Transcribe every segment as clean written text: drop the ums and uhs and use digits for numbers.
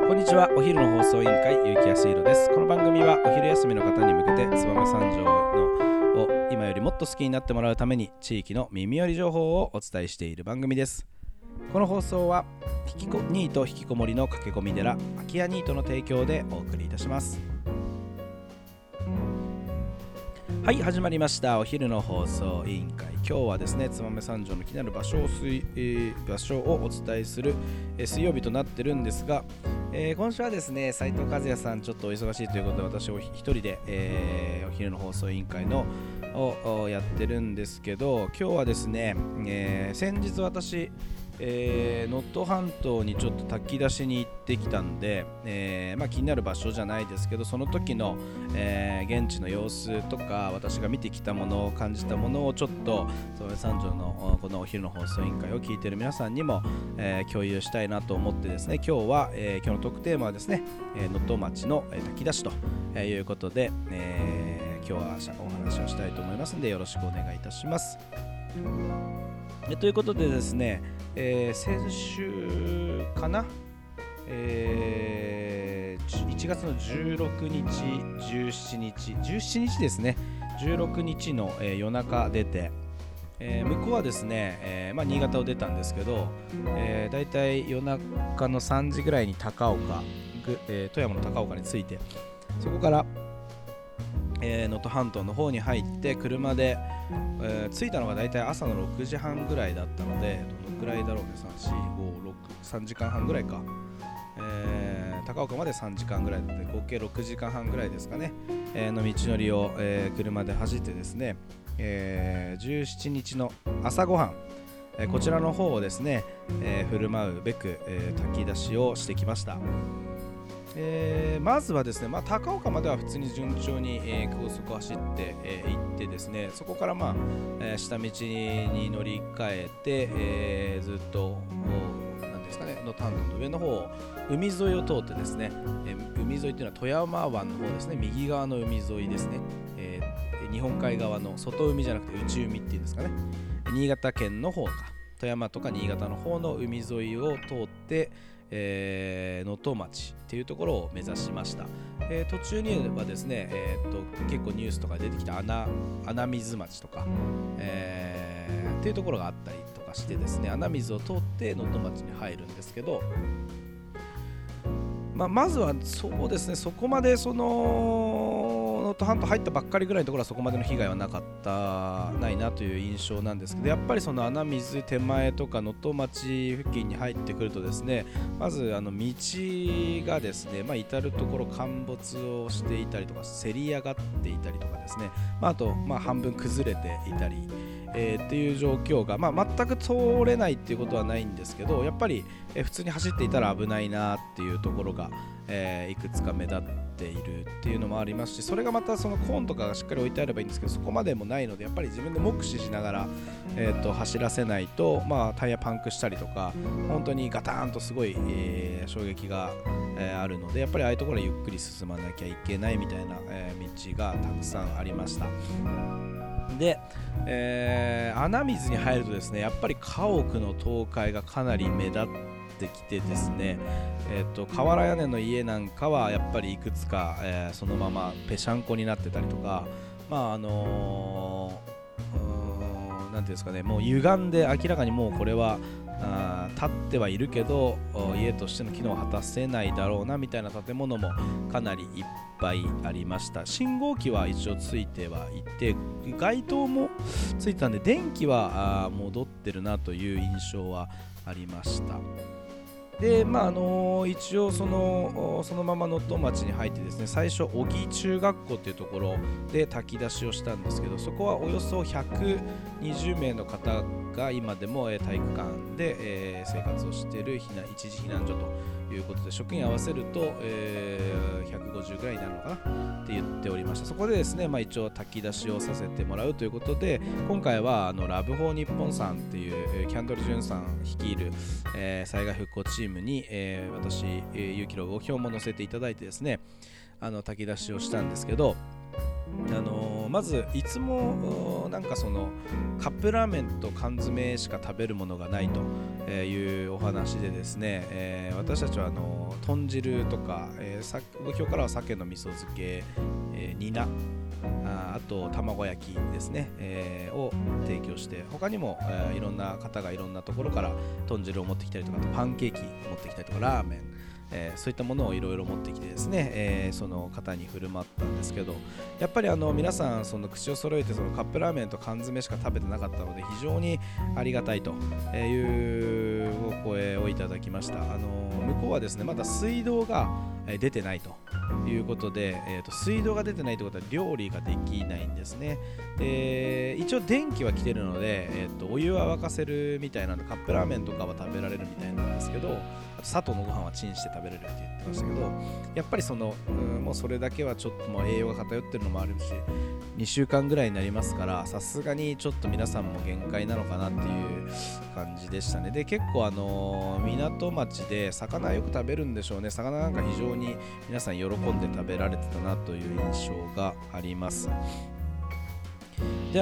こんにちは。お昼の放送委員会ゆうきやすいろです。この番組はお昼休みの方に向けて燕三条のを今よりもっと好きになってもらうために地域の耳寄り情報をお伝えしている番組です。この放送はニート引きこもりの駆け込み寺空き家ニートの提供でお送りいたします。はい、始まりました。お昼の放送委員会。今日はですね、燕三条の気になる場所をお伝えする水曜日となってるんですが、今週はですね、斉藤和也さんちょっとお忙しいということで、私一人で、お昼の放送委員会のをやってるんですけど、今日はですね、先日私能登半島にちょっと炊き出しに行ってきたんで、気になる場所じゃないですけど、その時の、現地の様子とか私が見てきたものを感じたものをちょっと燕三条のこのお昼の放送委員会を聞いている皆さんにも、共有したいなと思ってですね、今日の特テーマはですね、能登町の炊き出しということで、今日はお話をしたいと思いますのでよろしくお願いいたします。ということでですね、先週かな、1月の16日、17日ですね、16日の、夜中出て、向こうはですね、新潟を出たんですけど、だいたい夜中の3時ぐらいに高岡、富山の高岡に着いて、そこから能登半島の方に入って車で、着いたのがだいたい朝の6時半ぐらいだったので、どのくらいだろうね、3時間半ぐらいか、高岡まで3時間ぐらいなので合計6時間半ぐらいですかね、の道のりを、車で走ってですね、17日の朝ごはん、こちらの方をですね、振る舞うべく、炊き出しをしてきました。まずはですね、高岡までは普通に順調に、高速を走って、行ってですね、そこから、下道に乗り換えて、ずっと何ですかね、能登半島の上の方を海沿いを通ってですね、海沿いというのは富山湾の方ですね、右側の海沿いですね、日本海側の外海じゃなくて内海っていうんですかね、新潟県の方か、富山とか新潟の方の海沿いを通って能登町っていうところを目指しました。途中にはですね、結構ニュースとか出てきた穴水町とか、っていうところがあったりとかしてですね、穴水を通って能登町に入るんですけど、まずはそうですね、そこまで能登半島入ったばっかりぐらいのところはそこまでの被害はないなという印象なんですけど、やっぱりその穴水手前とか能登町付近に入ってくるとですね、まず道がですね、至るところ陥没をしていたりとか、せり上がっていたりとかですね、あと半分崩れていたりっていう状況が、全く通れないっていうことはないんですけど、やっぱり、普通に走っていたら危ないなっていうところが、いくつか目立っているっていうのもありますし、それがまたそのコーンとかがしっかり置いてあればいいんですけど、そこまでもないので、やっぱり自分で目視しながら、走らせないと、タイヤパンクしたりとか、本当にガターンとすごい、衝撃が、あるので、やっぱりああいうところはゆっくり進まなきゃいけないみたいな、道がたくさんありました。で、穴水に入るとですね、やっぱり家屋の倒壊がかなり目立ってきてですね、瓦屋根の家なんかはやっぱりいくつか、そのままぺしゃんこになってたりとか、なんていうんですかね、もう歪んで明らかにもうこれは立ってはいるけど家としての機能を果たせないだろうなみたいな建物もかなりいっぱいありました。信号機は一応ついてはいて、街灯もついてたんで、電気は戻ってるなという印象はありました。で、一応そのまま能登町に入ってですね、最初小木中学校っていうところで炊き出しをしたんですけど、そこはおよそ120名の方が今でも体育館で生活をしている一時避難所ということで、職員合わせると150ぐらいになるのかなって言っておりました。そこでですね、一応炊き出しをさせてもらうということで、今回はラブホー日本さんっていうキャンドル・ジュンさん率いる災害復興チームに私、ゆうきろうご票も載せていただいてですね、炊き出しをしたんですけど、 まずいつもなんかそのカップラーメンと缶詰しか食べるものがないというお話でですね、私たちは豚汁とか、目標からは鮭の味噌漬け、煮菜、あと卵焼きですね、を提供して、他にも、いろんな方がいろんなところから豚汁を持ってきたりとか、あとパンケーキ持ってきたりとか、ラーメン、そういったものをいろいろ持ってきてですね、その方に振る舞ったんですけど、やっぱり皆さんその口を揃えてそのカップラーメンと缶詰しか食べてなかったので、非常にありがたいというお声をいただきました。向こうはですね、まだ水道が出てないということで、水道が出てないということは料理ができないんですね。一応電気は来てるので、お湯は沸かせるみたいなので、カップラーメンとかは食べられるみたいなんですけど、あと砂糖のご飯はチンして食べれるって言ってましたけど、やっぱりもうそれだけはちょっともう栄養が偏ってるのもあるし、2週間ぐらいになりますから、さすがにちょっと皆さんも限界なのかなっていう感じでしたね。で、結構港町で魚よく食べるんでしょうね。魚なんか非常に皆さん喜んで食べられてたなという印象があります。で、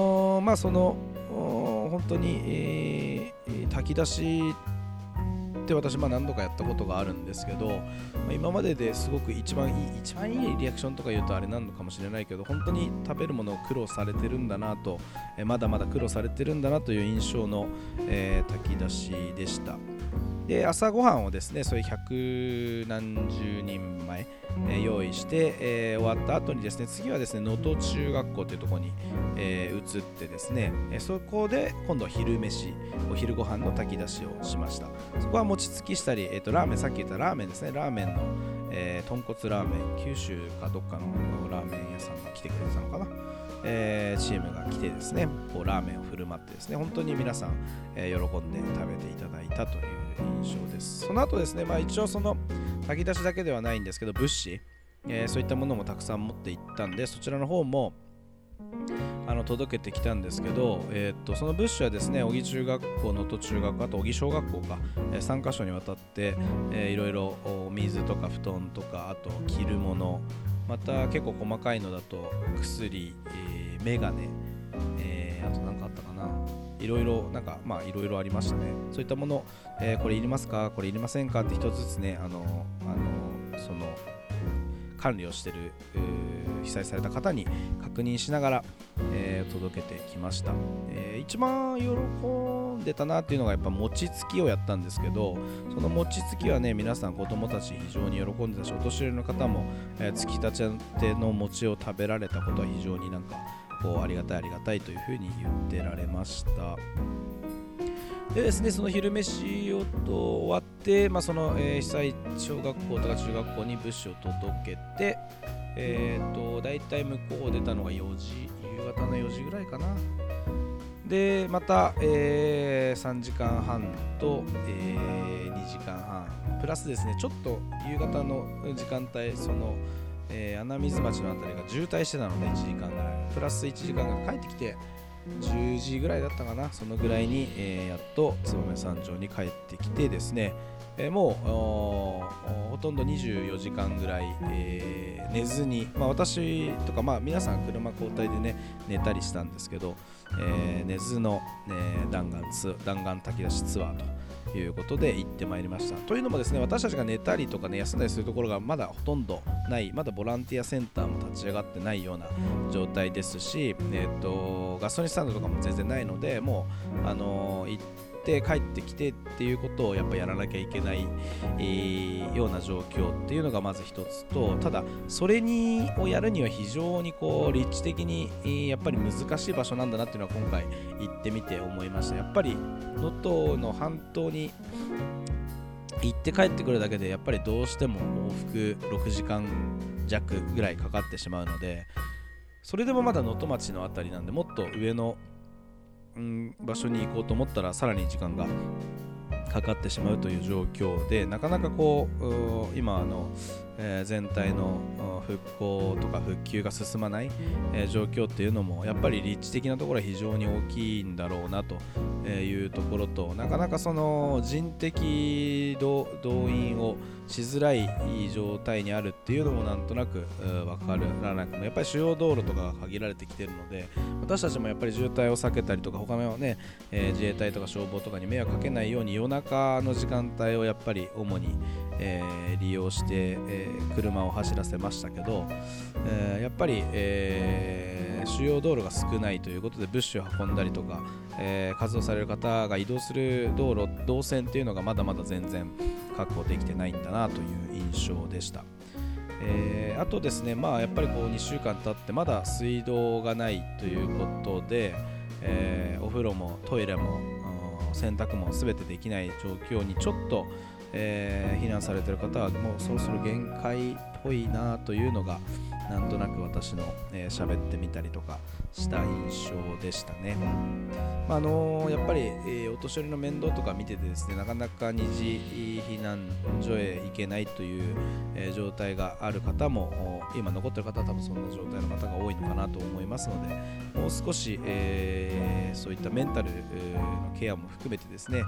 本当に、炊き出しって私何度かやったことがあるんですけど、今までですごく一番いいリアクションとか言うとあれなのかもしれないけど、本当に食べるものを苦労されてるんだなと、まだまだ苦労されてるんだなという印象の、炊き出しでした。で、朝ごはんをですね、そういう百何十人前、用意して、終わった後にですね、次はですね、能登中学校というところに、移ってですね、そこで今度は昼飯、お昼ご飯の炊き出しをしました。そこは餅つきしたり、ラーメン、さっき言ったラーメンですね、ラーメンの、豚骨ラーメン、九州かどっかのラーメン屋さんが来てくれたのかな、チームが来てですね、こうラーメンを振る舞ってですね、本当に皆さん、喜んで食べていただいたという印象です。その後ですね、一応その炊き出しだけではないんですけど、物資、そういったものもたくさん持っていったんで、そちらの方も届けてきたんですけど、その物資はですね、小木中学校、能登中学校、あと小木小学校か、3カ所にわたって、いろいろ水とか布団とか、あと着るもの、また結構細かいのだと薬、メガネ、あと何かあったかな、いろいろなんかいろいろありましたね。そういったもの、これいりますか、これいりませんかって一つずつね、その管理をしている被災された方に確認しながら、届けてきました。一番喜んでたなっていうのがやっぱ餅つきをやったんですけど、その餅つきはね、皆さん子供たち非常に喜んでたし、お年寄りの方も、つきたての餅を食べられたことは非常になんかこうありがたいというふうに言ってられました。でですね、その昼飯を終わって、その、被災小学校とか中学校に物資を届けて、だいたい向こうを出たのが夕方の4時ぐらいかな。で、また、3時間半と、2時間半プラスですね、ちょっと夕方の時間帯、穴水町のあたりが渋滞してたので1時間ぐらいプラス1時間が帰ってきて10時ぐらいだったかな、そのぐらいに、やっと燕三条に帰ってきてですね、もうほとんど24時間ぐらい、寝ずに、私とか皆さん車交代でね寝たりしたんですけど、寝ずの、弾丸炊き出しツアーということで行ってまいりました。というのもですね、私たちが寝たりとかね休んだりするところがまだほとんどない、まだボランティアセンターも立ち上がってないような状態ですし、ガソリンスタンドとかも全然ないので、もう行って帰ってきてっていうことをやっぱやらなきゃいけない、ような状況っていうのがまず一つと、ただそれをやるには非常にこう立地的に、やっぱり難しい場所なんだなっていうのは今回行ってみて思いました。やっぱり能登の半島に行って帰ってくるだけでやっぱりどうしても往復6時間弱ぐらいかかってしまうので、それでもまだ能登町のあたりなんで、もっと上の場所に行こうと思ったらさらに時間がかかってしまうという状況で、なかなかこう今全体の復興とか復旧が進まない、状況っていうのもやっぱり立地的なところは非常に大きいんだろうなというところと、なかなかその人的動員をしづらい状態にあるっていうのもなんとなく分からなくも、やっぱり主要道路とかが限られてきているので、私たちもやっぱり渋滞を避けたりとか他のね、自衛隊とか消防とかに迷惑かけないように夜中の時間帯をやっぱり主に利用して、車を走らせましたけど、やっぱり、主要道路が少ないということで物資を運んだりとか、活動される方が移動する動線っていうのがまだまだ全然確保できてないんだなという印象でした。あとですね、やっぱりこう2週間経ってまだ水道がないということで、お風呂もトイレも洗濯も全てできない状況にちょっと避難されている方はもうそろそろ限界っぽいなというのがなんとなく私の喋ってみたりとかした印象でしたね。やっぱり、お年寄りの面倒とか見ててですね、なかなか二次避難所へ行けないという、状態がある方も今残っている方は多分そんな状態の方が多いのかなと思いますので、もう少し、そういったメンタルのケアも含めてですね、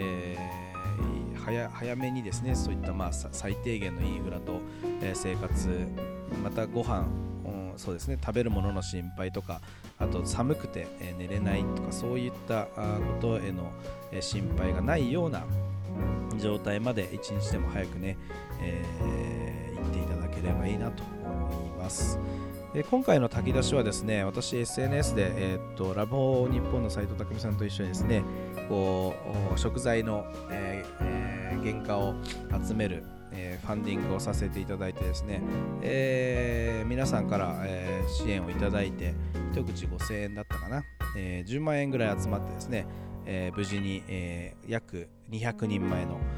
早めにですね、そういった最低限のインフラと、生活、またご飯、そうですね、食べるものの心配とか、あと寒くて、寝れないとか、そういったことへの、心配がないような状態まで一日でも早くね、行っていただければいいなと思います。今回の炊き出しはですね、私 SNS で、ラボ日本の斉藤匠さんと一緒にですね、こう食材の、原価を集める、ファンディングをさせていただいてですね、皆さんから、支援をいただいて一口5000円だったかな、10万円ぐらい集まってですね、無事に、約200人前の、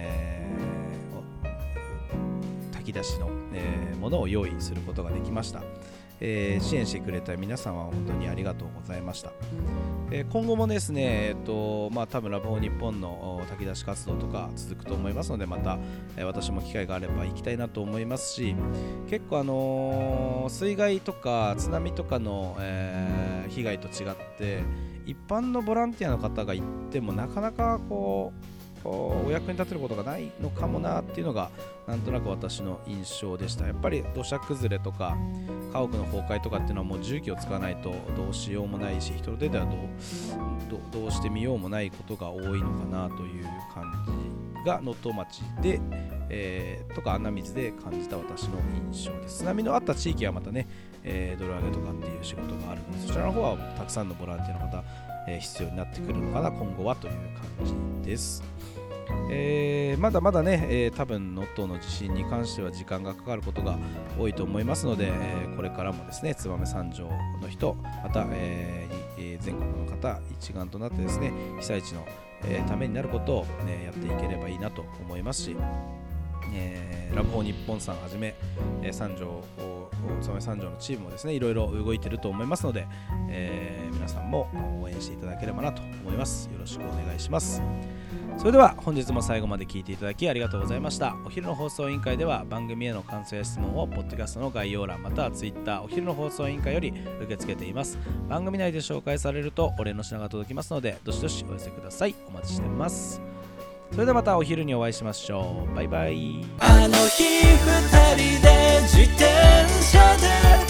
炊き出しの、ものを用意することができました。支援してくれた皆さんは本当にありがとうございました。今後もですね、多分ラボ日本の炊き出し活動とか続くと思いますので、また、私も機会があれば行きたいなと思いますし、結構水害とか津波とかの、被害と違って一般のボランティアの方が行ってもなかなかこうお役に立てることがないのかもなっていうのがなんとなく私の印象でした。やっぱり土砂崩れとか家屋の崩壊とかっていうのはもう重機を使わないとどうしようもないし、人の手ではどうしてみようもないことが多いのかなという感じが能登町で、とか穴水で感じた私の印象です。津波のあった地域はまたね、泥揚げとかっていう仕事があるので、そちらの方はたくさんのボランティアの方、必要になってくるのかな今後はという感じです。まだまだね、多分能登の地震に関しては時間がかかることが多いと思いますので、これからもですね燕三条の人また、全国の方一丸となってですね被災地の、ためになることを、やっていければいいなと思いますし、ラブホー日本さんはじめ、燕三条のチームもですねいろいろ動いていると思いますので、皆さんも応援していただければなと思います。よろしくお願いします。それでは本日も最後まで聞いていただきありがとうございました。お昼の放送委員会では番組への感想や質問をポッドキャストの概要欄またはツイッターお昼の放送委員会より受け付けています。番組内で紹介されるとお礼の品が届きますのでどしどしお寄せください。お待ちしています。それではまたお昼にお会いしましょう。バイバイ。 あの日二人で自転車で